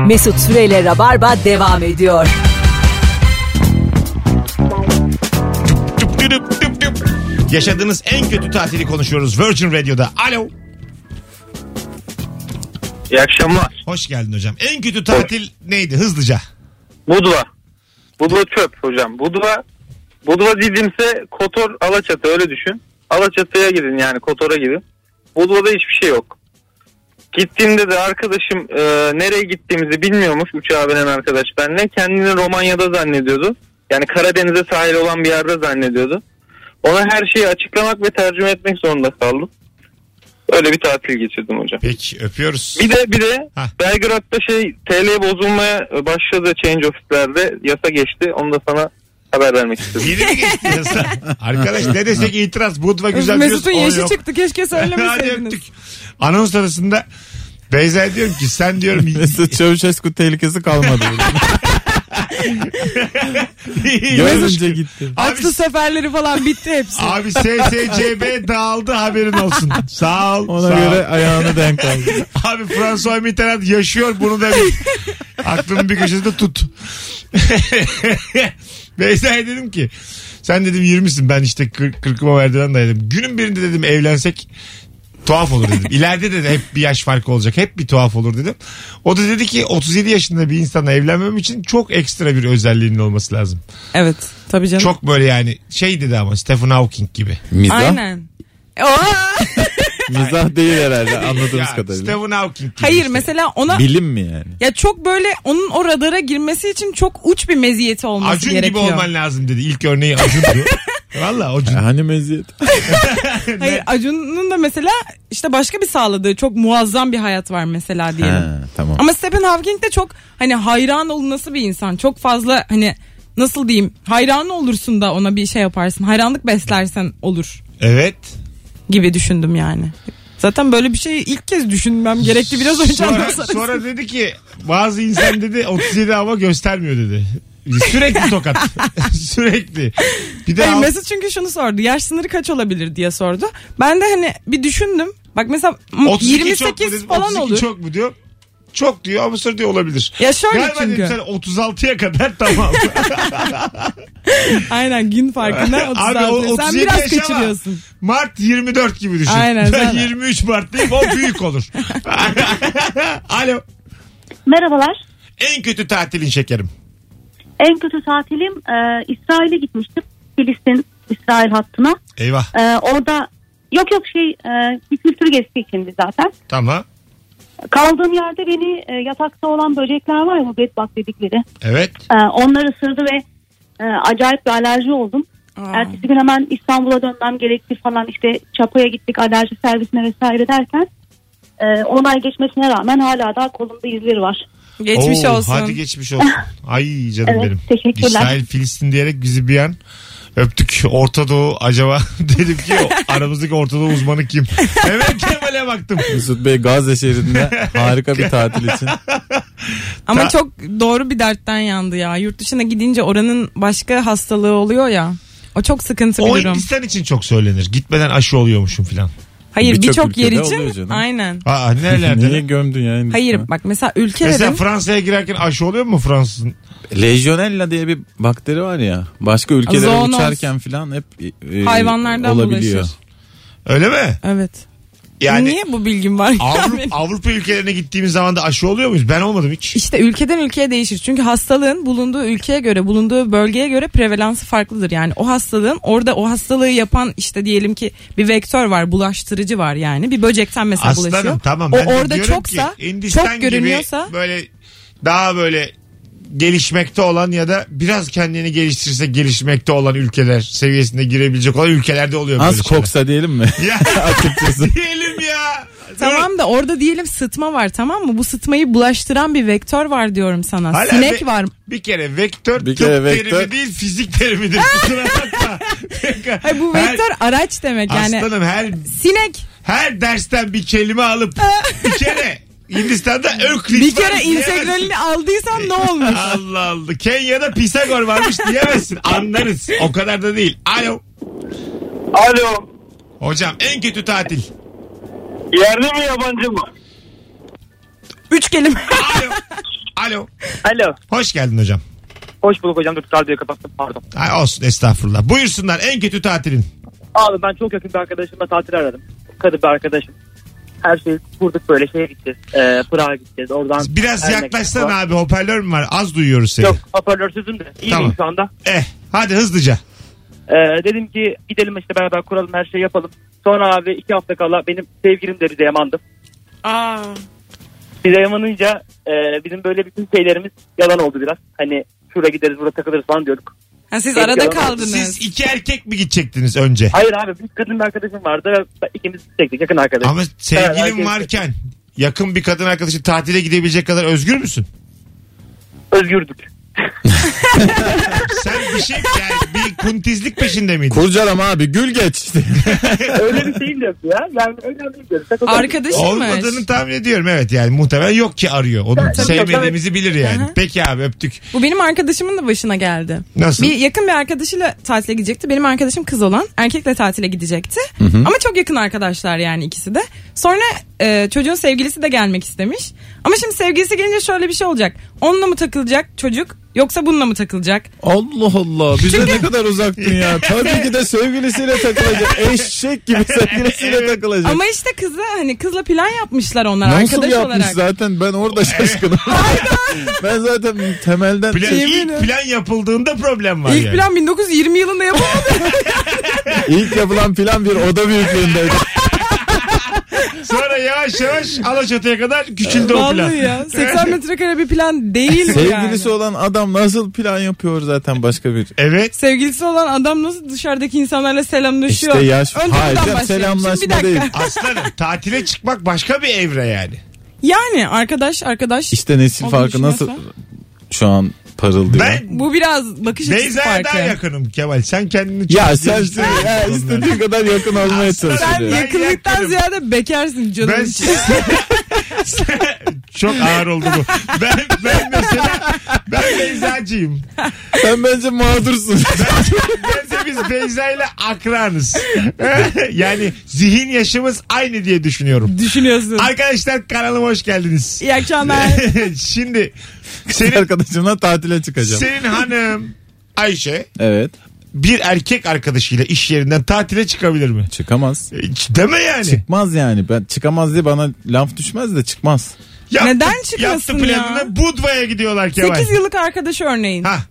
Mesut Süreyle Rabarba devam ediyor. Yaşadığınız en kötü tatili konuşuyoruz Virgin Radio'da. Alo. İyi akşamlar. Hoş geldin hocam. En kötü tatil neydi hızlıca? Budva. Budva çöp hocam. Budva Didim'se Kotor Alaçatı, öyle düşün. Alaçatı'ya gidin, yani Kotor'a gidin. Budva'da hiçbir şey yok. Gittiğimde de arkadaşım nereye gittiğimizi bilmiyormuş, uçağa binen arkadaş benimle. Kendini Romanya'da zannediyordu. Yani Karadeniz'e sahil olan bir yerde zannediyordu. Ona her şeyi açıklamak ve tercüme etmek zorunda kaldım. Öyle bir tatil geçirdim hocam. Peki, öpüyoruz. Bir de Belgrad'da TL bozulmaya başladı, change ofis'lerde yasa geçti. Onu da sana haber vermek istedim. Biri mi geçti yasa? Arkadaş ne desek itiraz. Budva güzel diyorsun. Mesut'un yaşı çıktı, keşke söylemeseydiniz. Anons arasında Beyza diyorum ki sen diyorum. Mesut Çavuşescu tehlikesi kalmadı. Görünce gitti. Açtı seferleri falan, bitti hepsi. Abi SSCB dağıldı, haberin olsun. Sağ ol. Ona göre ayağını denk aldı. Abi François Mitterrand yaşıyor, bunu da bil. Aklımın bir köşesinde tut. Beyza'ya dedim ki sen dedim 20'sin, ben işte 40'ıma merdiven dayadım. Günün birinde dedim evlensek tuhaf olur dedim. İleride de hep bir yaş farkı olacak. Hep bir tuhaf olur dedim. O da dedi ki 37 yaşında bir insanla evlenmem için çok ekstra bir özelliğinin olması lazım. Evet, tabii canım. Çok böyle yani dedi ama Stephen Hawking gibi. Mizah. Aynen. Mizah değil herhalde anladığımız Ya, kadarıyla. Stephen Hawking gibi. Hayır işte. mesela ona Bilim mi yani? ya çok böyle onun o radara girmesi için çok uç bir meziyeti olması Acun gerekiyor. gibi olman lazım dedi. İlk örneği Acun'du. Valla Acun. Hani meziyet? Hayır, Acun'un da mesela işte başka bir sağladığı çok muazzam bir hayat var mesela diyelim. Ha, tamam. Ama Stephen Hawking de çok hani hayran olunası bir insan. Çok fazla hani nasıl diyeyim, hayran olursun da ona bir şey yaparsın. Hayranlık beslersen olur Evet. gibi düşündüm yani. Zaten böyle bir şeyi ilk kez düşünmem gerekti biraz önce. Sonra dedi ki bazı insan dedi 37 ama göstermiyor dedi. Sürekli tokat. Sürekli. Bir de Hayır, Mesut çünkü şunu sordu. Yaş sınırı kaç olabilir diye sordu. Ben de hani bir düşündüm. Bak mesela 28 falan 32 olur. çok mu diyor? Çok diyor ama sonra diyor olabilir. Ya şöyle galiba çünkü. dedim sen 36'ya kadar tamam. Aynen, gün farkında 36. Abi, o Sen 37 biraz yaş ama kaçırıyorsun. Mart 24 gibi düşün. Aynen, Ben sen 23 Mart'tayım, o büyük olur. Alo. Merhabalar. En kötü tatilin şekerim. En kötü tatilim İsrail'e gitmiştim. Filistin-İsrail hattına. Eyvah. Orada bir kültür gezisi içindi zaten. Tamam. Kaldığım yerde beni yatakta olan böcekler var ya, bu bedbug dedikleri. Evet. Onlar ısırdı ve acayip bir alerji oldum. Ertesi gün hemen İstanbul'a dönmem gerekti falan, işte Çapa'ya gittik alerji servisine vesaire derken 10 ay geçmesine rağmen hala daha kolumda izleri var. Geçmiş olsun. Hadi geçmiş olsun. Ay canım Evet, benim. teşekkürler. İsrail, Filistin diyerek bizi bir an öptük. Orta Doğu acaba dedim ki aramızdaki Orta Doğu uzmanı kim? Hemen Kemal'e baktım. Mesut Bey Gazze şehrinde harika bir tatil için. Ama çok doğru bir dertten yandı ya. Yurt dışına gidince oranın başka hastalığı oluyor ya. O çok sıkıntı bir O durum. Hindistan için çok söylenir. Gitmeden aşı oluyormuşum filan. Hayır, birçok yer ülkede oluyor için. canım. Aynen. Aa, nerelerde? Niye gömdün ya? Hayır bak mesela ülkelerin. Mesela Fransa'ya girerken aşı oluyor mu Fransızın? Legionella diye bir bakteri var ya. Başka ülkelere Zoonoz. uçarken falan hep Hayvanlardan olabiliyor. bulaşır. Öyle mi? Evet. Yani Niye bu bilgim var? Avrupa ülkelerine gittiğimiz zaman da aşı oluyor muyuz? Ben olmadım hiç. İşte ülkeden ülkeye değişir. Çünkü hastalığın bulunduğu ülkeye göre, bulunduğu bölgeye göre prevalansı farklıdır. Yani o hastalığın orada o hastalığı yapan işte diyelim ki bir vektör var, bulaştırıcı var yani. Bir böcekten mesela bulaşıyor. Aslanım tamam. O Ben de orada diyorum çoksa, ki, Hindistan çok görünüyorsa. gibi böyle daha böyle gelişmekte olan ya da biraz kendini geliştirirse gelişmekte olan ülkeler seviyesinde girebilecek olan ülkelerde oluyor böyle Az şeyler. koksa diyelim mi? Ya Açıkçası. diyelim ya. Tamam da orada diyelim sıtma var, tamam mı? Bu sıtmayı bulaştıran bir vektör var diyorum sana. Hala Sinek var. Bir kere vektör Bir tıp kere vektör. terimi değil, fizik terimidir. Kusura bakma. Hayır, bu vektör araç demek yani. Aslanım Sinek. her dersten bir kelime alıp bir kere Hindistan'da Öklit Bir kere var integralini aldıysan ne olmuş? Allah Allah. Kenya'da Pisagor varmış diyemezsin. Anlarız. O kadar da değil. Alo. Alo. Hocam en kötü tatil. Yerli mi yabancı mı? 3 kelime. Alo. Alo. Alo. Hoş geldin hocam. Hoş bulduk hocam. Dur radyoyu kapattım. Pardon. Ay olsun, estağfurullah. Buyursunlar, en kötü tatilin. Abi ben çok yakın bir arkadaşımla tatil aradım. Kadın bir arkadaşım. Her şeyi kurduk böyle şeye gideceğiz. Prag'a gideceğiz. Oradan Biraz yaklaşsana abi, hoparlör mü var? Az duyuyoruz seni. Yok hoparlörsüzüm de. İyiyim Tamam. şu anda. Hadi hızlıca. Dedim ki gidelim işte beraber kuralım her şeyi yapalım. Sonra abi 2 hafta kala benim sevgilim de bize yamandı. Bize yamanınca bizim böyle bütün şeylerimiz yalan oldu biraz. Hani şuraya gideriz burada takılırız falan diyorduk. Ha, siz arada kaldınız. Siz iki erkek mi gidecektiniz önce? Hayır abi bir kadın bir arkadaşım vardı ve ikimiz gidecektik yakın arkadaş. Ama sevgilin Evet, varken yakın bir kadın arkadaşı tatile gidebilecek kadar özgür müsün? Özgürdük. Sen bir şey yani bir kuntizlik peşinde miydin? Kurcalama abi, gül geç işte. Öyle bir şeyim yok ya. Yani önemli değil. Arkadaşım mı? Olmadığını tahmin ediyorum, evet, yani muhtemelen yok ki arıyor. Onu Tabii, sevmediğimizi bilir yani. Hı-hı. Peki abi, öptük. Bu benim arkadaşımın da başına geldi. Nasıl? Yakın bir arkadaşıyla tatile gidecekti. Benim arkadaşım kız olan erkekle tatile gidecekti. Ama çok yakın arkadaşlar yani ikisi de. Sonra çocuğun sevgilisi de gelmek istemiş. Ama şimdi sevgilisi gelince şöyle bir şey olacak. Onunla mı takılacak çocuk yoksa bununla mı takılacak? Allah Allah, bize ne kadar uzaktın ya. Tabii ki de sevgilisiyle takılacak. Eşek gibi sevgilisiyle takılacak. Ama işte kızla plan yapmışlar onlar nasıl arkadaş yapmış olarak. zaten, ben orada şaşkınım. Ben zaten temelden İlk plan yapıldığında problem var İlk yani. plan 1920 yılında yapılmadı. ilk yapılan plan bir oda büyüklüğündeydi. Sonra yavaş yavaş Alaçatı'ya kadar küçüldü o plan. Vallahi ya 80 metrekare bir plan değil mi Sevgilisi yani? olan adam nasıl plan yapıyor zaten başka bir. Evet. Sevgilisi olan adam nasıl dışarıdaki insanlarla selamlaşıyor? İşte yaş. Önce Hayır buradan canım, başlayalım. Şimdi bir selamlaşma dakika. değil. Aslanım, tatile çıkmak başka bir evre yani. Yani arkadaş. İşte nesil Onu farkı nasıl düşünüyorsan. şu an parıldıyor. Ben Bu biraz bakış açısı Beyza'ya daha farkı. yakınım Kemal. Sen kendini çok Ya sen geliştirdin ya bu istediğin konularda. kadar yakın olmaya Aslan, Sen çalışıyorsun. yakınlıktan yakınım. ziyade bekarsın canım. Ben çok ağır oldu bu. Ben mesela Beyzacıyım. Sen bence mağdursun. Bence biz Beyza ile akranız. Yani zihin yaşımız aynı diye düşünüyorum. Düşünüyorsun. Arkadaşlar, kanalıma hoş geldiniz. İyi akşamlar. Şimdi Senin arkadaşımla tatile çıkacağım. senin hanım Ayşe Evet. bir erkek arkadaşıyla iş yerinden tatile çıkabilir mi? Çıkamaz. Hiç deme yani. Çıkmaz yani. Ben çıkamaz diye bana laf düşmez de çıkmaz. Neden çıkmasın yaptı ya? planını, Budva'ya gidiyorlar Kemal. 8 yıllık arkadaşı örneğin. Ha.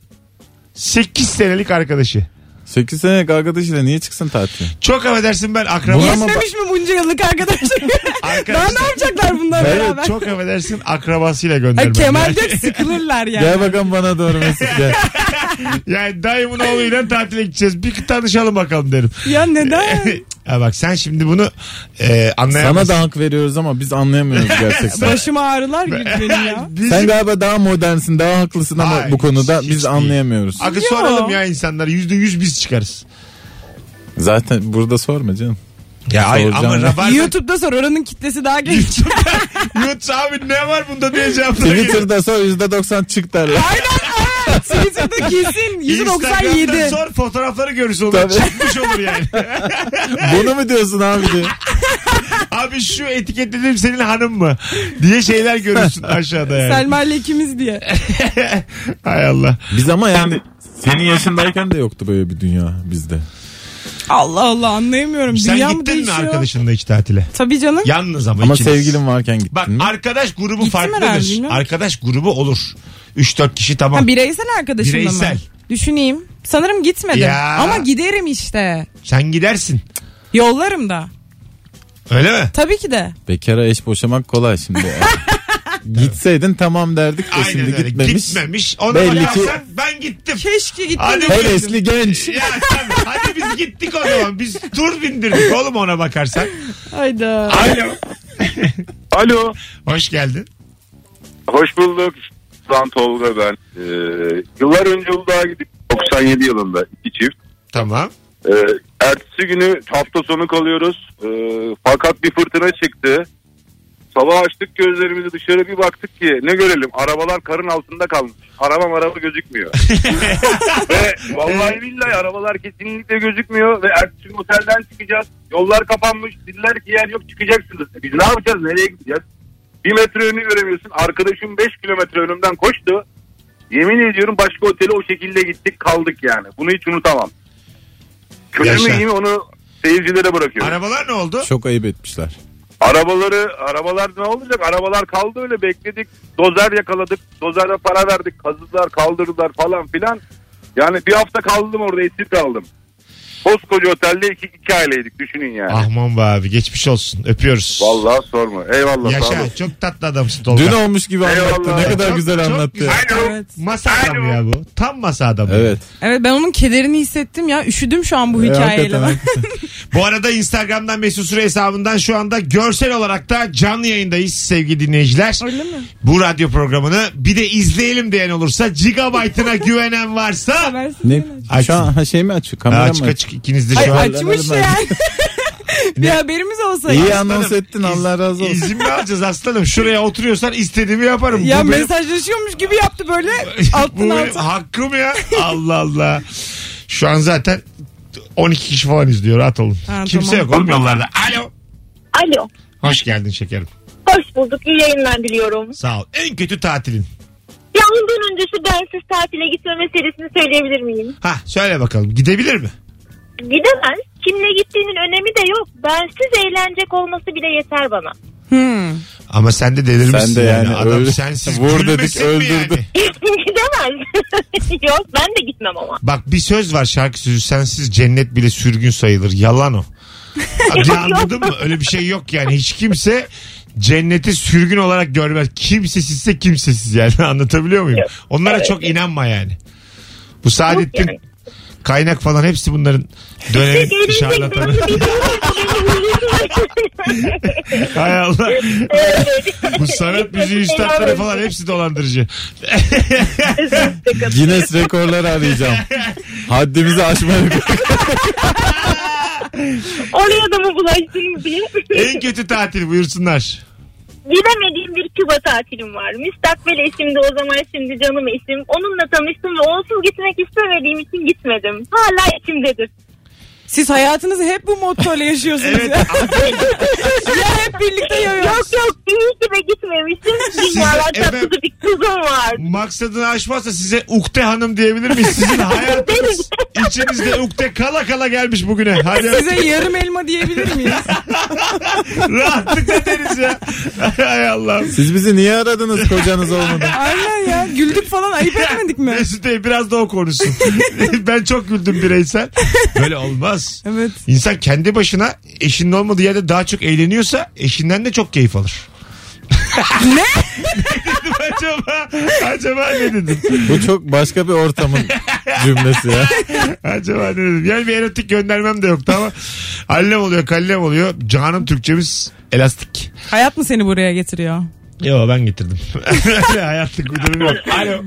8 senelik arkadaşı. 8 senelik arkadaşıyla niye çıksın tatile? Çok affedersin, ben akraba. Buna mı Yetmemiş mi bunca yıllık arkadaşı? Daha Arkadaşlar, ne yapacaklar bunlar beraber? evet, çok affedersin, akrabasıyla Ay, göndermem. Kemal de sıkılırlar yani. Gel bakalım bana doğru Mesut gel. Yani dayımın oğluyla tatile gideceğiz. Bir tanışalım bakalım derim. Ya neden? Ha bak, sen şimdi bunu anlayamazsın. Sana da hak veriyoruz ama biz anlayamıyoruz gerçekten. Başıma ağrılar girdi benim ya. Sen galiba daha modernsin, daha haklısın ama Hayır, bu konuda hiç biz değil. anlayamıyoruz. Akı soralım ya insanlara. %100 biz çıkarız. Zaten burada sorma canım. Ya hayır ama Soracağım. Rabarba... YouTube'da sor, oranın kitlesi daha genç. YouTube abi ne var bunda diye cevaplar geliyor. Twitter'da sor %90 çık derler. Twitter'da kesin Instagram'da %97. sor, fotoğrafları görürsün. Onlar Tabii. çıkmış olur yani. Bunu mu diyorsun abi diye. Abi şu etiketledim senin hanım mı? Diye şeyler görürsün aşağıda yani. Selma ile ikimiz diye. Hay Allah. Biz ama yani senin yaşındayken de yoktu böyle bir dünya bizde. Allah Allah, anlayamıyorum. Sen Dünya mı gittin mi değişiyor? arkadaşınla hiç tatile? Tabii canım. Yalnız ama Ama ikiniz. sevgilin varken gittin Bak, mi? arkadaş grubu Gittim herhalde, farklıdır. bilmiyorum. Arkadaş grubu olur. 3-4 kişi tamam. Ha, bireysel arkadaşımla Bireysel. mı? Düşüneyim. Sanırım gitmedim. Ya. Ama giderim işte. Sen gidersin. Yollarım da. Öyle mi? Tabii ki de. Bekara eş boşamak kolay şimdi. Gitseydin tamam derdik de Aynen şimdi öyle. gitmemiş. Gitmemiş. Ona Belli bakarsan ki- ben gittim. Keşke gittim. Hadi Hevesli genç. Ya tabii. Hadi biz gittik o zaman. Biz tur bindirdik oğlum ona bakarsan. Hayda. Alo. Alo. Hoş geldin. Hoş bulduk. San Tolga ben. Yıllar önce Uludağ'a gittik. 97 yılında 2 çift. Tamam. Ertesi günü hafta sonu kalıyoruz. Fakat bir fırtına çıktı. Sabah açtık gözlerimizi, dışarı bir baktık ki ne görelim? Arabalar karın altında kalmış. Araba gözükmüyor. Ve vallahi billahi arabalar kesinlikle gözükmüyor. Ve ertesi gün otelden çıkacağız. Yollar kapanmış. Dediler ki yer yok, çıkacaksınız. Biz ne yapacağız? Nereye gideceğiz? Bir metre önünü göremiyorsun. Arkadaşım 5 kilometre önümden koştu. Yemin ediyorum başka otele o şekilde gittik kaldık yani. Bunu hiç unutamam. Kötü mü iyi mi onu seyircilere bırakıyorum. Arabalar ne oldu? Çok ayıp etmişler. Arabalar ne olacak? Arabalar kaldı öyle bekledik. Dozer yakaladık. Dozerle para verdik. Kazıdılar, kaldırdılar falan filan. Yani bir hafta kaldım orada, esir kaldım. Koskoca otelde iki aileydik, düşünün yani. Ahman be abi, geçmiş olsun, öpüyoruz. Vallahi sorma. Eyvallah. Yaşa, çok tatlı adamsın Tolga. Dün olmuş gibi anlattı. Eyvallah. Ne kadar Çok- güzel çok anlattı. güzel. Evet. Masa adamı ya bu. Tam masa adamı. Evet. Evet, ben onun kederini hissettim ya. Üşüdüm şu an bu hikayeyle. Hakikaten, hakikaten. Bu arada Instagram'dan Mesut Süre hesabından şu anda görsel olarak da canlı yayındayız sevgili dinleyiciler. Öyle mi? Bu radyo programını bir de izleyelim diyen olursa, gigabaytına güvenen varsa Habersiz Ne? yine. Açsın. Şu an şey mi açık? Kamera açık mı açık? açık ikiniz de Ay, şu an. açmış yani. Bir haberimiz olsa. İyi ya. anons ettin, Allah razı olsun. İzin mi alacağız aslanım? Şuraya oturuyorsan istediğimi yaparım. Ya Bu benim- mesajlaşıyormuş gibi yaptı böyle bu alttan benim alta. hakkım ya. Allah Allah. Şu an zaten 12 kişi falan izliyor, rahat olun. Ha, Kimse tamam. yok oğlum yollarda. Alo. Alo. Hoş geldin şekerim. Hoş bulduk. İyi yayınlar diliyorum. Sağ ol. En kötü tatilin. Ya ondan önce şu bensiz tatile gitme meselesini söyleyebilir miyim? Ha, söyle bakalım, gidebilir mi? Gidemez. Kimle gittiğinin önemi de yok. Bensiz eğlenecek olması bile yeter bana. Ama sen de delirmişsin. Sen de yani Adam öyle- sensiz vur dedik, gülmesin mi öldürdü. yani? Gidemez. Yok, ben de gitmem ama. Bak, bir söz var, şarkı sözü, sensiz cennet bile sürgün sayılır. Yalan o. Ya, anladın mı? Öyle bir şey yok yani. Hiç kimse cenneti sürgün olarak görmez. Kimsesizse kimsesiz yani. Anlatabiliyor muyum? Yok. Onlara Evet. çok inanma yani. Bu Saadettin yani. Kaynak falan hepsi bunların dönemin şarlatanı. Hay Allah. Bu sanat müziği üstadları falan hepsi dolandırıcı. Guinness rekorları arayacağım. Haddimizi aşmayalım. Oraya da mı bulaştınız diye. En kötü tatil, buyursunlar. Gidemediğim bir Küba tatilim var. Müstakbel eşim de o zaman şimdi canım eşim. Onunla tanıştım ve onsuz gitmek istemediğim için gitmedim. Hala içimdedir. Siz hayatınızı hep bu mottoyla yaşıyorsunuz Evet. ya. Ya hep birlikte yayıyoruz. Yok iyi ki de gitmemişim. Dünyalar Size- tatlısı bir kızım var. Maksadını aşmazsa size Ukde Hanım diyebilir miyiz? Sizin hayatınız içinizde ukde kala kala gelmiş bugüne. Hadi Size yarım elma diyebilir miyiz? rahatlıkla deriz ya. Hay Allah. Siz bizi niye aradınız kocanız olmadan? Aynen ya. Güldük falan, ayıp etmedik mi? Mesut Bey biraz da o konuşsun. Ben çok güldüm bireysel. Böyle olmaz. Evet. İnsan kendi başına eşinin olmadığı yerde daha çok eğleniyorsa eşinden de çok keyif alır. Ne? Acaba ne dedim? Bu çok başka bir ortamın cümlesi ya. Acaba ne dedim? Yani bir erotik göndermem de yoktu ama hallem oluyor, kallem oluyor. Canım Türkçemiz elastik. Hayat mı seni buraya getiriyor? Yo, ben getirdim. Öyle hayatlık bir durum yok. Alo.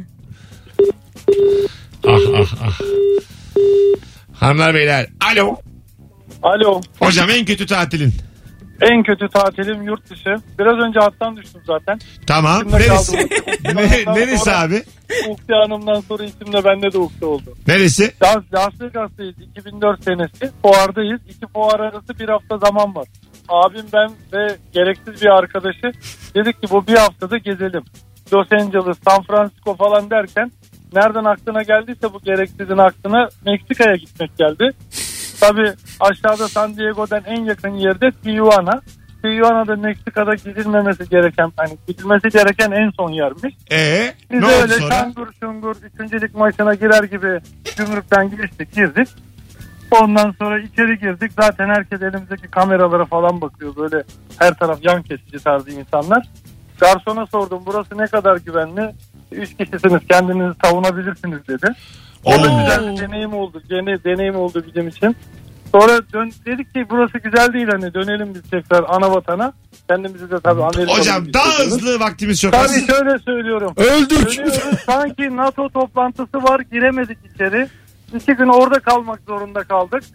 Ah. Hanımlar beyler. Alo. Alo. Hocam en kötü tatilin. En kötü tatilim yurt dışı. Biraz önce hattan düştüm zaten. Tamam. İçimde Neresi? kaldı. Neresi Sonra- abi? Ukde Hanım'dan sonra içimde bende de ukde oldu. Neresi? Las Vegas'tayız 2004 senesi. Fuardayız. 2 fuar arası bir hafta zaman var. Abim, ben ve gereksiz bir arkadaşı dedik ki bu bir haftada gezelim. Los Angeles, San Francisco falan derken nereden aklına geldiyse bu gereksizin aklına Meksika'ya gitmek geldi. Tabii aşağıda San Diego'dan en yakın yerde Tijuana. Tijuana'da Meksika'da gidilmemesi gereken, hani gidilmesi gereken en son yermiş. Biz Ne de oldu öyle sonra? şangur şungur 3. lig maçına girer gibi gümrükten girdik. Ondan sonra içeri girdik. Zaten herkes elimizdeki kameralara falan bakıyor. Böyle her taraf yan kesici tarzı insanlar. Garsona sordum, burası ne kadar güvenli? 3 kişisiniz, kendinizi savunabilirsiniz dedi. O da Oo. güzel bir deneyim oldu bizim için. Sonra dedik ki burası güzel değil, hani dönelim biz tekrar ana vatana. Kendimizi de tabii Amerika'da Hocam daha hızlı, vaktimiz çok az. Tabii şöyle söylüyorum. Öldük. Dönüyoruz, sanki NATO toplantısı var, giremedik içeri. 2 gün orada kalmak zorunda kaldık.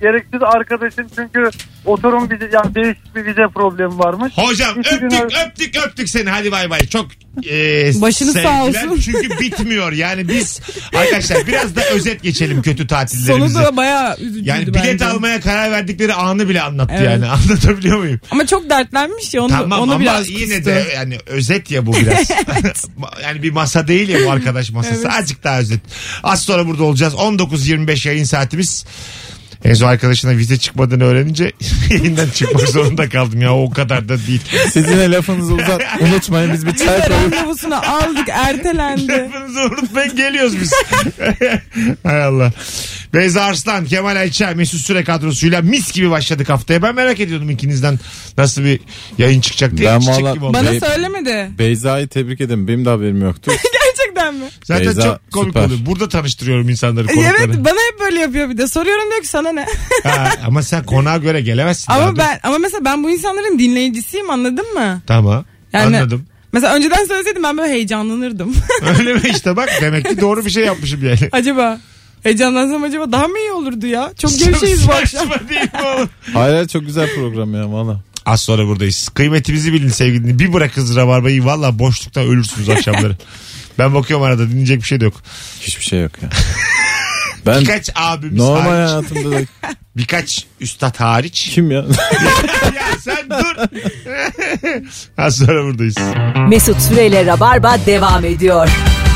gereksiz arkadaşın çünkü oturum vize, yani değişik bir vize problemi varmış. Hocam öptük seni, hadi bay bay. Çok başınız sağ olsun. Çünkü bitmiyor yani biz arkadaşlar biraz da özet geçelim kötü tatillerimizi. Sonu da bayağı üzücüydü yani bilet bence. almaya karar verdikleri anı bile anlattı Evet. yani, anlatabiliyor muyum? Ama çok dertlenmiş ya onu, Tamam onu ama biraz yine kıstı. de yani özet ya bu biraz. Yani bir masa değil ya bu arkadaş masası. Evet. Azıcık daha özet. Az sonra burada olacağız. 19.25 yayın saatimiz. En son arkadaşına vize çıkmadığını öğrenince yayından çıkmak zorunda kaldım ya, o kadar da değil. Siz yine lafınızı unutmayın, biz bir çay Biz de koyup. randevusunu aldık, ertelendi. Lafınızı unutmayın, geliyoruz biz. Hay Allah. Beyza Arslan, Kemal Ayça, Mesut Süre kadrosuyla mis gibi başladık haftaya. Ben merak ediyordum ikinizden nasıl bir yayın çıkacak diye. Ben Çiçek valla- gibi oldu. Bana Bey- söylemedi. Beyza'yı tebrik ederim. Benim de haberim yoktu. Gerçekten mi? Zaten Beyza, çok komik süper. oluyor. Burada tanıştırıyorum insanları, konukları. Evet, bana hep böyle yapıyor bir de. Soruyorum diyor ki sana ne? Ha, ama sen konağa göre gelemezsin. ama abi. ama mesela ben bu insanların dinleyicisiyim, anladın mı? Tamam. Yani- Anladım. Mesela önceden söyleseydim ben böyle heyecanlanırdım. Öyle mi işte, bak demek ki doğru bir şey yapmışım yani. Acaba heyecanlansam acaba daha mı iyi olurdu ya? Çok gevşeyiz bu akşam. Saçma değil mi oğlum? Hayır, çok güzel program ya valla. Az sonra buradayız. Kıymetimizi bilin sevgili. Bir bırakınız Rabarba'yı, valla boşluktan ölürsünüz akşamları. Ben bakıyorum arada, dinleyecek bir şey de yok. Hiçbir şey yok ya. Ben Birkaç abimiz normal hariç. hayatımda da Birkaç üstad hariç. kim ya? Ya sen dur. Az sonra buradayız. Mesut Süreyle Rabarba devam ediyor.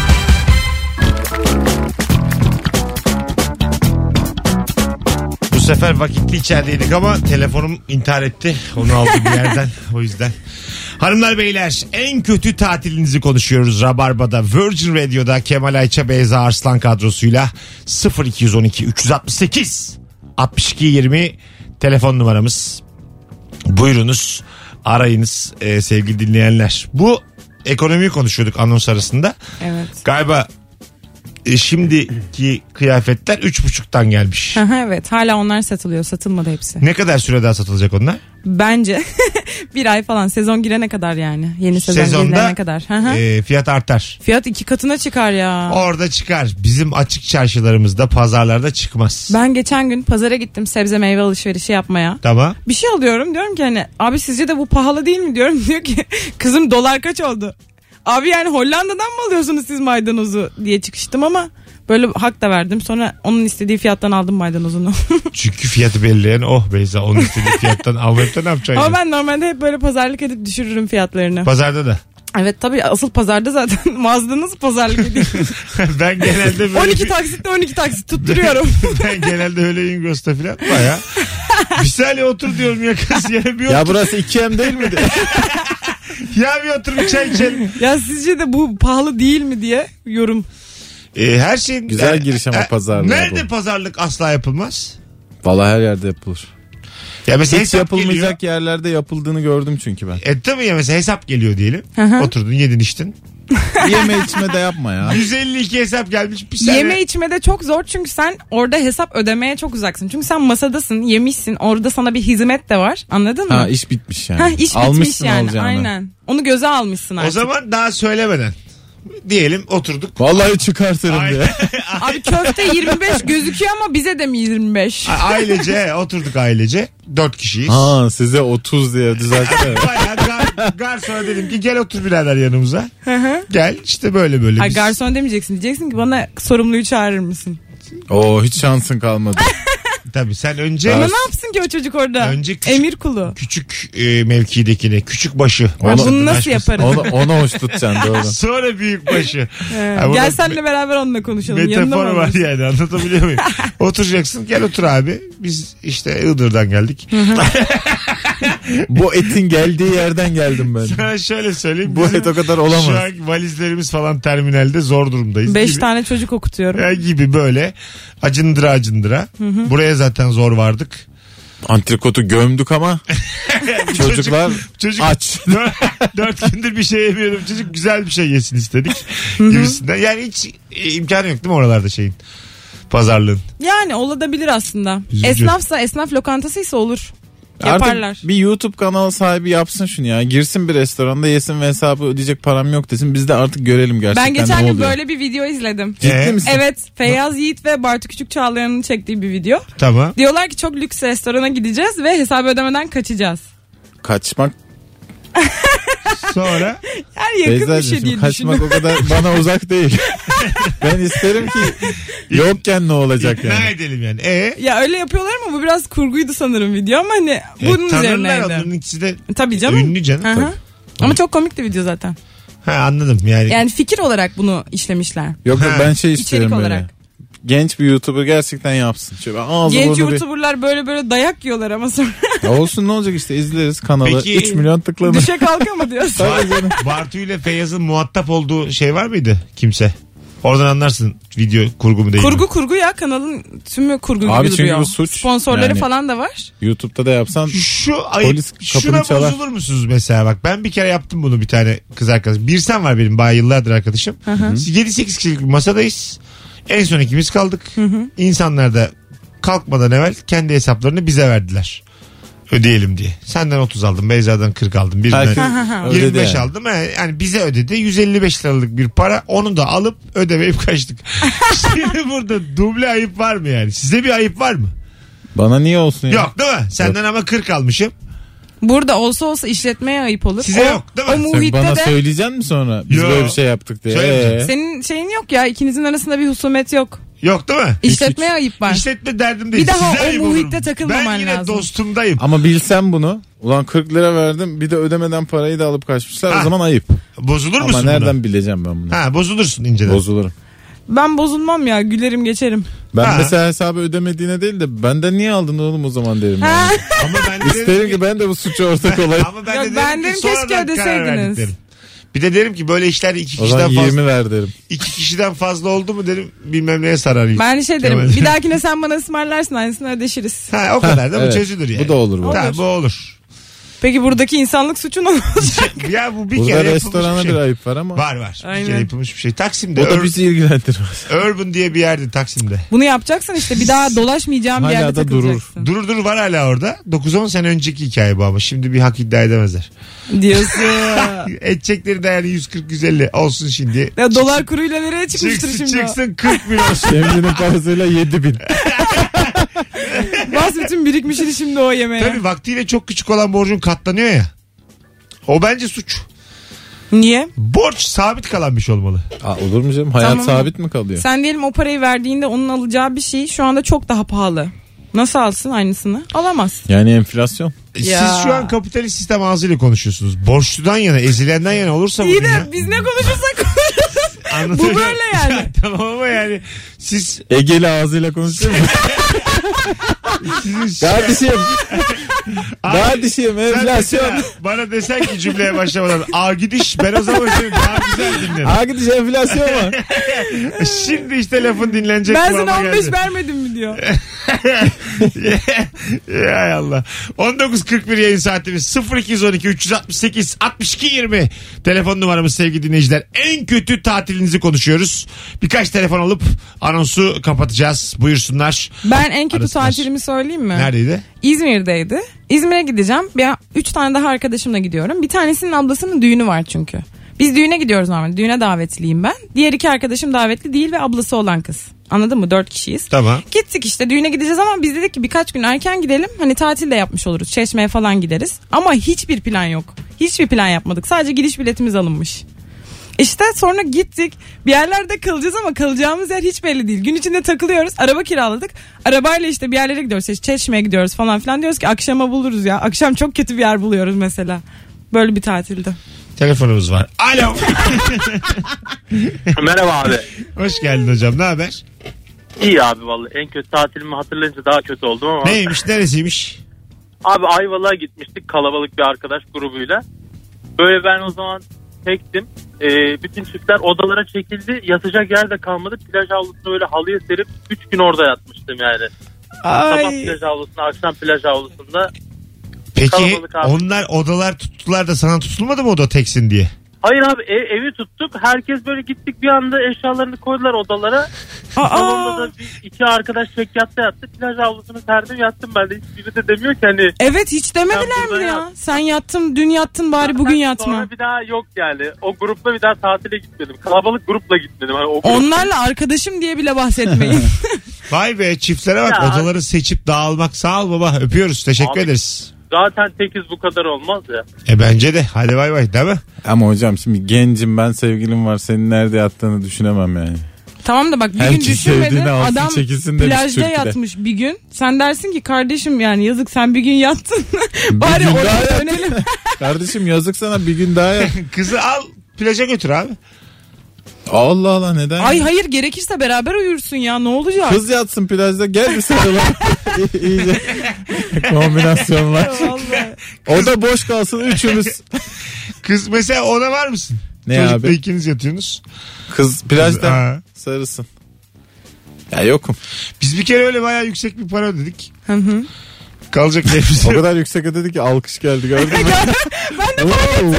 Bu sefer vakitli içerideydik ama telefonum intihar etti. Onu aldım bir yerden, o yüzden. Hanımlar beyler, en kötü tatilinizi konuşuyoruz Rabarba'da. Virgin Radio'da Kemal Ayça, Beyza Arslan kadrosuyla 0212 368 62 20 telefon numaramız. Buyurunuz, arayınız sevgili dinleyenler. Bu ekonomiyi konuşuyorduk anons arasında. Evet. Galiba şimdiki kıyafetler 3,5'tan gelmiş. Evet, hala onlar satılıyor, satılmadı hepsi. Ne kadar süre daha satılacak onlar? Bence bir ay falan, sezon girene kadar yani. Yeni sezon girene kadar. Fiyat artar. Fiyat 2 katına çıkar ya. Orada çıkar. Bizim açık çarşılarımızda, pazarlarda çıkmaz. Ben geçen gün pazara gittim sebze meyve alışverişi yapmaya. Tamam. Bir şey alıyorum, diyorum ki hani abi sizce de bu pahalı değil mi diyorum. Diyor ki kızım dolar kaç oldu? Abi yani Hollanda'dan mı alıyorsunuz siz maydanozu diye çıkıştım ama böyle hak da verdim. Sonra onun istediği fiyattan aldım maydanozunu. Çünkü fiyatı belirleyen Beyza. Onun istediği fiyattan almayıp da ne yapacaksın? Ama ben normalde hep böyle pazarlık edip düşürürüm fiyatlarını. Pazarda da. Evet tabii, asıl pazarda zaten mağazada nasıl pazarlık edeyim? Ben genelde böyle 12 taksitle 12 taksit tutturuyorum. ben genelde öyle Ingos'ta falan baya. Bir saniye otur diyorum ya kız ya. Bir Ya otur. burası 2M değil miydi? Ya bir otur, bir çay içelim. Ya sizce de bu pahalı değil mi diye yorum. Her şeyin... Güzel giriş ama pazarlığa Nerede bu. pazarlık asla yapılmaz? Valla her yerde yapılır. Ya mesela Hiç hesap yapılmayacak geliyor. yerlerde yapıldığını gördüm çünkü ben. Tabii ya, mesela hesap geliyor diyelim. hı. Oturdun, yedin, içtin. Yeme içme de yapma ya. 152 hesap gelmiş. Bir saniye. Yeme içme de çok zor çünkü sen orada hesap ödemeye çok uzaksın. Çünkü sen masadasın, yemişsin, orada sana bir hizmet de var, anladın mı? Ha, iş bitmiş yani. İş bitmiş Almışsın yani, alacağını. aynen. Onu göze almışsın artık. O zaman daha söylemeden diyelim oturduk. Vallahi çıkartırım Aynen. diye. Abi köfte 25 gözüküyor ama bize de mi 25? Ailece oturduk, ailece 4 kişiyiz. Ha, size 30 diye düzeltsene. Bayağı garsona dedim ki gel otur birader yanımıza. Gel işte böyle böyle. Ay biz. garson demeyeceksin, diyeceksin ki bana sorumluyu çağırır mısın? Oo, hiç şansın kalmadı. Tabii sen önce Ama ne yapsın ki o çocuk orada? Önce küçük- Emir kulu. küçük mevkidekine, küçük başı. Onu- Bunu nasıl yaparız? Onu hoş tutacaksın doğru. Sonra büyük başı. Ha, Gel burada senle beraber onunla konuşalım. Yanında metafor mı var olursun? yani, anlatabiliyor muyum? Oturacaksın, gel otur abi. Biz işte Iğdır'dan geldik. Bu etin geldiği yerden geldim ben. Sana şöyle söyleyeyim. Bu bizim et o kadar olamaz. Şu an valizlerimiz falan terminalde, zor durumdayız. 5 gibi. tane çocuk okutuyorum. Ya gibi böyle acındıra acındıra. Buraya zaten zor vardık. Antrikotu gömdük ama çocuklar Çocuk aç. 4 gündür bir şey yemiyordum. Çocuk güzel bir şey yesin istedik. Gibisinden. Yani hiç imkanı yok değil mi oralarda şeyin? Pazarlığın. Yani olabilir aslında. Üzücü. Esnafsa, esnaf lokantasıysa olur. Yaparlar. Artık bir YouTube kanalı sahibi yapsın şunu ya. Girsin bir restoranda yesin ve hesabı ödeyecek param yok desin. Biz de artık görelim gerçekten Ben ne geçen gün oluyor. böyle bir video izledim. Ciddi misin? Evet, Feyyaz Yiğit ve Bartu Küçük Çağlayan'ın çektiği bir video. Tamam. Diyorlar ki çok lüks restorana gideceğiz ve hesabı ödemeden kaçacağız. Kaçmak. Sonra Yani yakın bir şey değil. Kaçmak o kadar bana uzak değil. Ben isterim ki yokken ne olacak ikna yani. edelim yani. Ya öyle yapıyorlar ama bu biraz kurguydu sanırım video ama hani bunun Tanırlar, üzerineydi. onların ikisi de Tabii canım. ünlü canım. Hı hı. Tabii. Ama çok komikti video zaten. Ha, anladım yani. Yani fikir olarak bunu işlemişler. Yok Ha. ben şey istiyorum İçerik böyle. olarak. Genç bir YouTuber gerçekten yapsın. Şöyle ağzı Genç burnu YouTuber'lar böyle dayak yiyorlar ama sonra Ya olsun ne olacak işte izleriz kanalı. Peki- 3 milyon tıklanır. düşe kalka mı diyorsun? Tabii canım. Bartu ile Feyyaz'ın muhatap olduğu şey var mıydı kimse? Oradan anlarsın video kurgu mu değil mi? Kurgu ya, kanalın tümü kurgu Abi gibi çünkü duruyor. bu suç. Sponsorları Yani- falan da var. YouTube'da da yapsan Polis kapını Şuna çalar. bozulur musunuz mesela? Bak ben bir kere yaptım bunu bir tane kız arkadaşım. Birsen var benim bayağı yıllardır arkadaşım. 7-8 kişilik bir masadayız. En son ikimiz kaldık. İnsanlar da kalkmadan evvel kendi hesaplarını bize verdiler. Ödeyelim diye. Senden 30 aldım. Beyza'dan 40 aldım. Birinden Herkes ödedi 25 yani. aldım. Yani bize ödedi. 155 liralık bir para. Onu da alıp ödemeyip kaçtık. Şimdi burada duble ayıp var mı yani? Size bir ayıp var mı? Bana niye olsun ya? Yok değil mi? Senden ama 40 almışım. Burada olsa işletmeye ayıp olur. Size yok değil mi? O Sen muhitte bana de söyleyeceksin mi sonra? Biz Yo. böyle bir şey yaptık diye. Söyleyeceğim. senin şeyin yok ya, ikinizin arasında bir husumet yok. Yok değil mi? İşletmeye ayıp var. İşletme derdim değil. Bir daha Size o ayıp muhitte olur. takılmaman Ben yine lazım. dostumdayım. Ama bilsem bunu. Ulan 40 lira verdim bir de ödemeden parayı da alıp kaçmışlar. Ha. O zaman ayıp. Bozulur Ama musun nereden buna? bileceğim ben bunu? Ha, bozulursun inceden. Bozulurum. Ben bozulmam ya, gülerim geçerim. Ben Ha. mesela hesabı ödemediğine değil de benden niye aldın oğlum o zaman derim. Ha. Yani. Ama ben de İsterim ki ben de bu suça ortak olayım. Ama ben Yok, de ben derim derim ki keşke sonradan karar ödeseydiniz. verdik derim. Bir de derim ki böyle işlerde iki O zaman kişiden 20 fazla, ver derim. 2 kişiden fazla oldu mu derim bilmem neye sarar. Ben şey derim, Kemal. bir dahakine sen bana ısmarlarsın, aynısını ödeşiriz. Ha, o kadar da bu Evet. çözülür yani. Bu da olur bu. Tamam, bu olur. Peki buradaki insanlık suçu ne olacak? Ya bu bir Burada kere yapılmış restorana bir bir şey. ayıp var ama. Var. Bir Aynen. kere yapılmış bir şey. Taksim'de. O da bizi ilgilendirmez. Urban diye bir yerdi Taksim'de. Bunu yapacaksan işte bir daha dolaşmayacağım bir Hala yerde da durur. takılacaksın. Durur var hala orada. 9-10 sene önceki hikaye bu ama. Şimdi bir hak iddia edemezler. Diyorsun. Edecekleri de yani 140-150 olsun şimdi. Ya dolar kuruyla nereye çıkmıştır Çıksın şimdi o? çıksın 40 bin olsun. Kendinin parasıyla 7.000. Bas bütün birikmişini şimdi o yemeğe. Tabii vaktiyle çok küçük olan borcun katlanıyor ya. O bence suç. Niye? Borç sabit kalan bir şey olmalı. Olur mu canım? Hayat Tamam. sabit mi kalıyor? Sen diyelim o parayı verdiğinde onun alacağı bir şey şu anda çok daha pahalı. Nasıl alsın aynısını? Alamaz. Yani enflasyon. Ya. Siz şu an kapitalist sistem ağzıyla konuşuyorsunuz. Borçludan yana, ezilenden yana olursa bu İyi de dünya. biz ne konuşursak konuşuruz. Anlatabiliyor bu böyle yani. Ya, tamam ama yani siz Egeli ağzıyla konuşuyor mu? sizin Kardeşim. Abi, Kardeşim sen enflasyon. mesela bana desen ki cümleye başlamadan a gidiş ben o zaman seni daha güzel dinlerim. Aa gidiş enflasyon var. Şimdi işte lafın dinlenecek Ben kıvama sana 15 geldi. vermedim mi diyor. Hay Allah. 19.41 yayın saatimiz 0212 368 62 20 telefon numaramız sevgili dinleyiciler. En kötü tatilinizi konuşuyoruz. Birkaç telefon alıp anonsu kapatacağız. Buyursunlar. Ben en kötü Arasınlar. tatilimi söyleyeyim mi? Neredeydi? İzmir'deydi. İzmir'e gideceğim. 3 tane daha arkadaşımla gidiyorum. Bir tanesinin ablasının düğünü var çünkü. Biz düğüne gidiyoruz normalde. Düğüne davetliyim ben. Diğer 2 arkadaşım davetli değil ve ablası olan kız. Anladın mı? 4 kişiyiz. Tamam. Gittik işte düğüne gideceğiz ama biz dedik ki birkaç gün erken gidelim. Hani tatil de yapmış oluruz. Çeşme'ye falan gideriz. Ama hiçbir plan yok. Hiçbir plan yapmadık. Sadece gidiş biletimiz alınmış. İşte sonra gittik. Bir yerlerde kalacağız ama kalacağımız yer hiç belli değil. Gün içinde takılıyoruz. Araba kiraladık. Arabayla işte bir yerlere gidiyoruz. İşte Çeşme'ye gidiyoruz falan filan. Diyoruz ki akşama buluruz ya. Akşam çok kötü bir yer buluyoruz mesela. Böyle bir tatilde. Telefonumuz var. Alo. Merhaba abi. Hoş geldin hocam. Ne haber? İyi abi vallahi en kötü tatilimi hatırlayınca daha kötü oldum ama. Neymiş? Neresiymiş? Abi Ayvalık'a gitmiştik kalabalık bir arkadaş grubuyla. Böyle ben o zaman tektim. Bütün çiftler odalara çekildi. Yatacak yer de kalmadı. Plaj havlusunu böyle halıya serip 3 gün orada yatmıştım yani. Sabah plaj havlusunda, akşam plaj havlusunda. Peki Kalabalık abi. onlar odalar tuttular da sana tutulmadı mı oda teksin diye? Hayır abi evi tuttuk. Herkes böyle gittik bir anda eşyalarını koydular odalara. Salonda da iki arkadaş çekyatta yattı. Plaj havlusunu serdim yattım ben de. Hiçbiri de demiyor ki hani. Evet hiç demediler mi ya? Sen yattın dün yattın bari bugün yatma. Sonra bir daha yok yani. O grupla bir daha tatile gitmedim. Kalabalık grupla gitmedim. Hani onlarla arkadaşım diye bile bahsetmeyin. Vay be çiftlere bak Ya. odaları seçip dağılmak. Sağ ol baba öpüyoruz teşekkür Abi, ederiz. zaten tekiz bu kadar olmaz ya. Bence de hadi bay bay değil mi? Ama hocam şimdi gencim ben sevgilim var senin nerede yattığını düşünemem yani. Tamam da bak bir Herkes gün düşünmedin sevdiğini alsın, adam çekilsin demiş plajda Türkiye'de. yatmış bir gün. Sen dersin ki kardeşim yani yazık sen bir gün yattın. Bir Bari gün daha oraya yattın. dönelim. Kardeşim yazık sana bir gün daha yat. Kızı al plaja götür abi. Allah Allah neden? Ay hayır gerekirse beraber uyursun ya ne olacak? Kız yatsın plajda gel bir sarılalım. İyice kombinasyonlar. Vallahi. O da boş kalsın üçümüz. Kız mesela ona var mısın? Ne Çocukla abi? ikiniz yatıyorsunuz. Kız plajda Ha. sarılsın. Ya yokum. Biz bir kere öyle bayağı yüksek bir para ödedik. Hı hı. Kalacak yerimiz O yok. kadar yüksek ödedik ki alkış geldi gördün mü? Ben de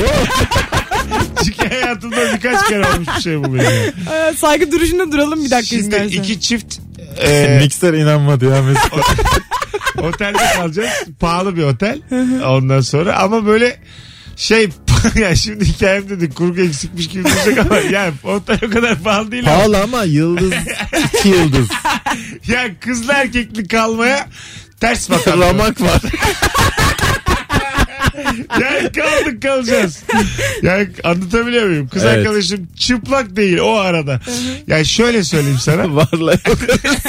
Çünkü hayatımda birkaç kere olmuş bir şey bu benim. Yani. saygı duruşunda duralım bir dakika Şimdi istersen. iki çift Mikser inanmadı ya Mesut. otelde kalacağız. Pahalı bir otel. Ondan sonra ama böyle şey ya şimdi hikayem dedi kurgu eksikmiş gibi diyecek ama yani otel o kadar pahalı değil ama. Pahalı ama yıldız 2 yıldız. Ya kızlı erkekli kalmaya ters bakalım. Ramak var. Yani kaldık kalacağız. Yani anlatabiliyor muyum? Kız Evet. arkadaşım çıplak değil o arada. Yani şöyle söyleyeyim sana. Varla yok.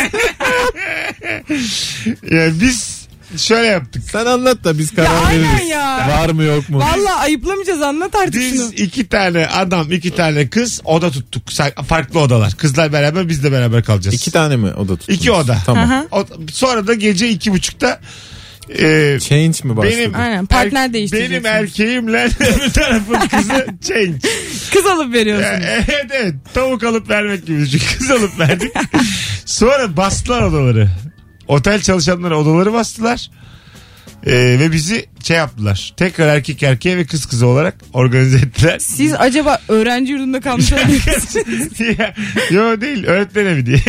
Yani biz şöyle yaptık. Sen anlat da biz karar aynen veririz. ya. Var mı yok mu? Vallahi ayıplamayacağız anlat artık Biz şunu. 2 tane adam 2 tane kız oda tuttuk. Farklı odalar. Kızlar beraber biz de beraber kalacağız. 2 tane mi oda tuttunuz? 2 oda. Tamam. Aha. Sonra da gece 2.30'da Change mi başladı? benim Aynen, partner değiştireceksiniz. Benim erkeğimle öbür tarafın kızı change. Kız alıp veriyorsun. Evet tavuk alıp vermek gibi düşün. Kız alıp verdik. Sonra bastılar odaları. Otel çalışanları odaları bastılar. Ve bizi şey yaptılar. Tekrar erkek erkeğe ve kız kızı olarak organize ettiler. Siz acaba öğrenci yurdunda kalmış olabilirsiniz. Yo değil öğretmen evi diye.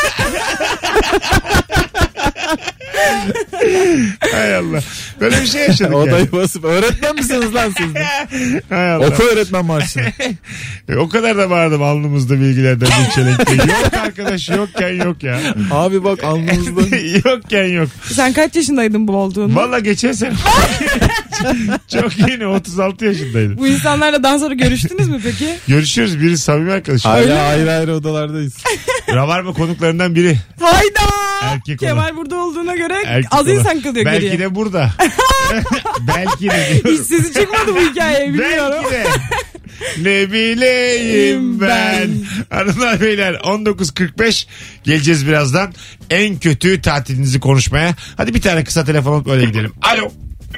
Hay Allah. Böyle bir şey yaşadık yani. Odayı basıp öğretmen misiniz lan siz de? Hay Allah. Oku öğretmen marşını. O kadar da bağırdım alnımızda bilgilerden bir çelenkte. Yok arkadaş yokken yok ya. Abi bak alnımızda. Yokken yok. Sen kaç yaşındaydın bu olduğunu? Valla geçen sene. Çok yeni 36 yaşındaydım. Bu insanlarla daha sonra görüştünüz mü peki? Görüşüyoruz biri samimi arkadaşım. Hala ayrı ayrı odalardayız. Rabarba konuklarından biri. Hayda! Erkek Kemal olan. burada olduğuna göre Erkek az olan. insan kalıyor Belki geriye. de burada. Belki de diyorum. Hiç sesi çıkmadı bu hikayeye biliyorum. Belki de. Ne bileyim ben. Hanımlar beyler 19.45 geleceğiz birazdan. En kötü tatilinizi konuşmaya. Hadi bir tane kısa telefon alıp öyle gidelim. Alo.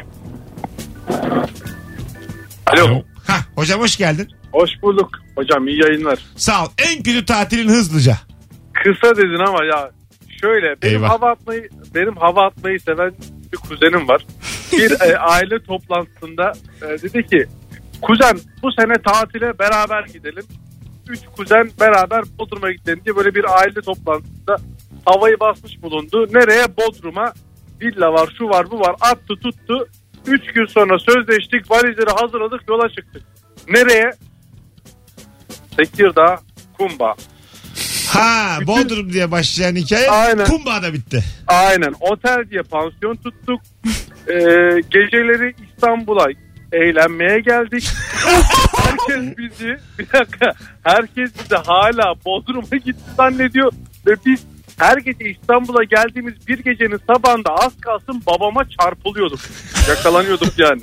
Alo. Hah, hocam hoş geldin. Hoş bulduk. Hocam iyi yayınlar. Sağ ol. En kötü tatilin hızlıca. Kısa dedin ama ya şöyle benim Eyvah. hava atmayı seven bir kuzenim var. Bir aile toplantısında dedi ki kuzen bu sene tatile beraber gidelim. 3 kuzen beraber Bodrum'a gidelim diye böyle bir aile toplantısında havayı basmış bulundu. Nereye? Bodrum'a. Villa var, şu var, bu var. Attı tuttu. 3 gün sonra sözleştik, valizleri hazırladık, yola çıktık. Nereye? Tekirdağ, Kumba. Ha Bodrum diye başlayan hikaye Aynen. Kumbağa'da bitti. Aynen. Otel diye pansiyon tuttuk. Geceleri İstanbul'a eğlenmeye geldik. Herkes bizi hala Bodrum'a gitti zannediyor ve biz her gece İstanbul'a geldiğimiz bir gecenin sabahında az kalsın babama çarpılıyorduk. Yakalanıyorduk yani.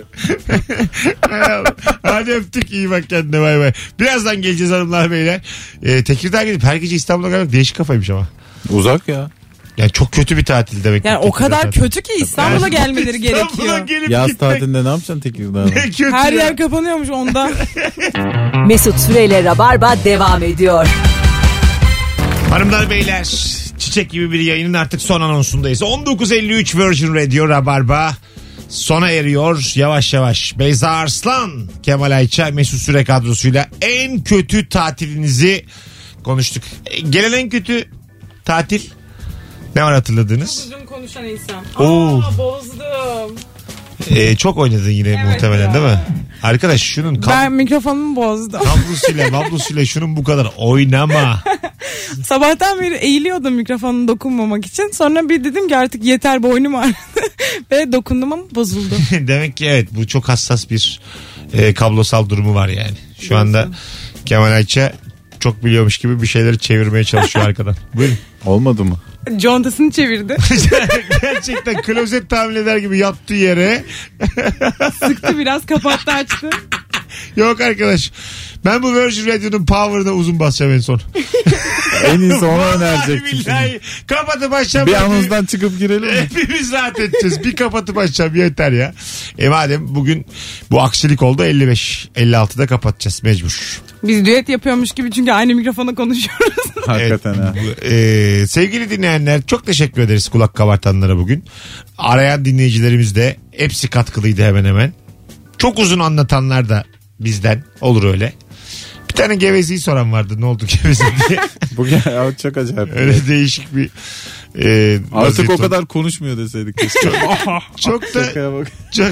Hadi öptük iyi bak kendine bay bay. Birazdan geleceğiz hanımlar beyler. Tekirdağ'a gidip her gece İstanbul'a gelmek değişik kafaymış ama. Uzak ya. Yani çok kötü bir tatil demek. Yani o kadar tatil. kötü ki İstanbul'a gelmeleri İstanbul'a gerekiyor. gelip Yaz gitmek tatilinde ne yapacaksın Tekirdağ'da? ne kötü Her ya. yer kapanıyormuş onda. Mesut Süreyle Rabarba devam ediyor. Hanımlar beyler çiçek gibi bir yayının artık son anonsundayız. 19.53 Virgin Radio Rabarba. sona eriyor yavaş yavaş. Beyza Arslan, Kemal Ayça, Mesut Süre kadrosuyla en kötü tatilinizi konuştuk. Gelen en kötü tatil ne var hatırladığınız? Uzun konuşan insan. Oo. Bozdum. Çok oynadın yine Evet muhtemelen ya. değil mi? Arkadaş şunun Ben mikrofonumu bozdum. kablosuyla şunun bu kadar oynama. Sabahtan beri eğiliyordum mikrofonun dokunmamak için. Sonra bir dedim ki artık yeter, boynum ağrıdı. Ve dokundum ama bozuldu. Demek ki evet, bu çok hassas bir kablosal durumu var yani. Şu anda Kemal Ayça çok biliyormuş gibi bir şeyleri çevirmeye çalışıyor arkadan. Buyurun. Olmadı mı? Contasını çevirdi. Gerçekten klozet tahmin eder gibi yattı yere. Sıktı biraz, kapattı, açtı. Yok arkadaş. Ben bu Virgin Radio'nun power'ına uzun basacağım en son. En iyisi ona Vallahi önerecektim. billahi. Kapatıp açacağım. Bir anondan çıkıp girelim mi? Hepimiz rahat edeceğiz. Bir kapatıp açacağım yeter ya. Madem bugün bu aksilik oldu, 55. 56'da kapatacağız mecbur. Biz düet yapıyormuş gibi çünkü aynı mikrofona konuşuyoruz. Hakikaten ha. Sevgili dinleyenler, çok teşekkür ederiz kulak kabartanlara bugün. Arayan dinleyicilerimiz de hepsi katkılıydı hemen hemen. Çok uzun anlatanlar da bizden olur öyle. Bir tane gevezeyi soran vardı, ne oldu geveze diye. Bu çok acayip. Öyle değişik bir artık o kadar konuşmuyor deseydik keşke. çok da Şakaya bak. çok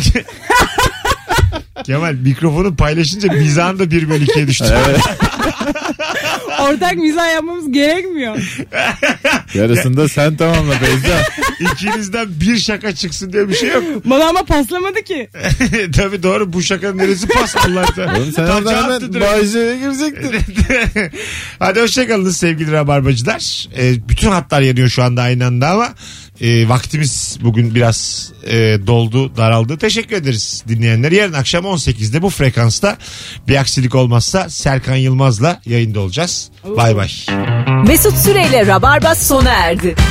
Kemal mikrofonu paylaşınca mizahın da 1/2'ye düştü. Evet. Ortak mizah yapmamız gerekmiyor. Yarısında sen tamamla Beyza. İkinizden bir şaka çıksın diye bir şey yok. Bana ama paslamadı ki. Tabii doğru, bu şakanın neresi pas Allah'tan. Oğlum sen orada hemen Bayce'ye girecektin. Hadi hoşçakalınız sevgili rabarbacılar. Bütün hatlar yanıyor şu anda aynı anda ama vaktimiz bugün biraz doldu, daraldı. Teşekkür ederiz dinleyenler. Yarın akşam 18'de bu frekansta bir aksilik olmazsa Serkan Yılmaz'la yayında olacağız. Bay bay. Mesut Süreyle Rabarba sona erdi.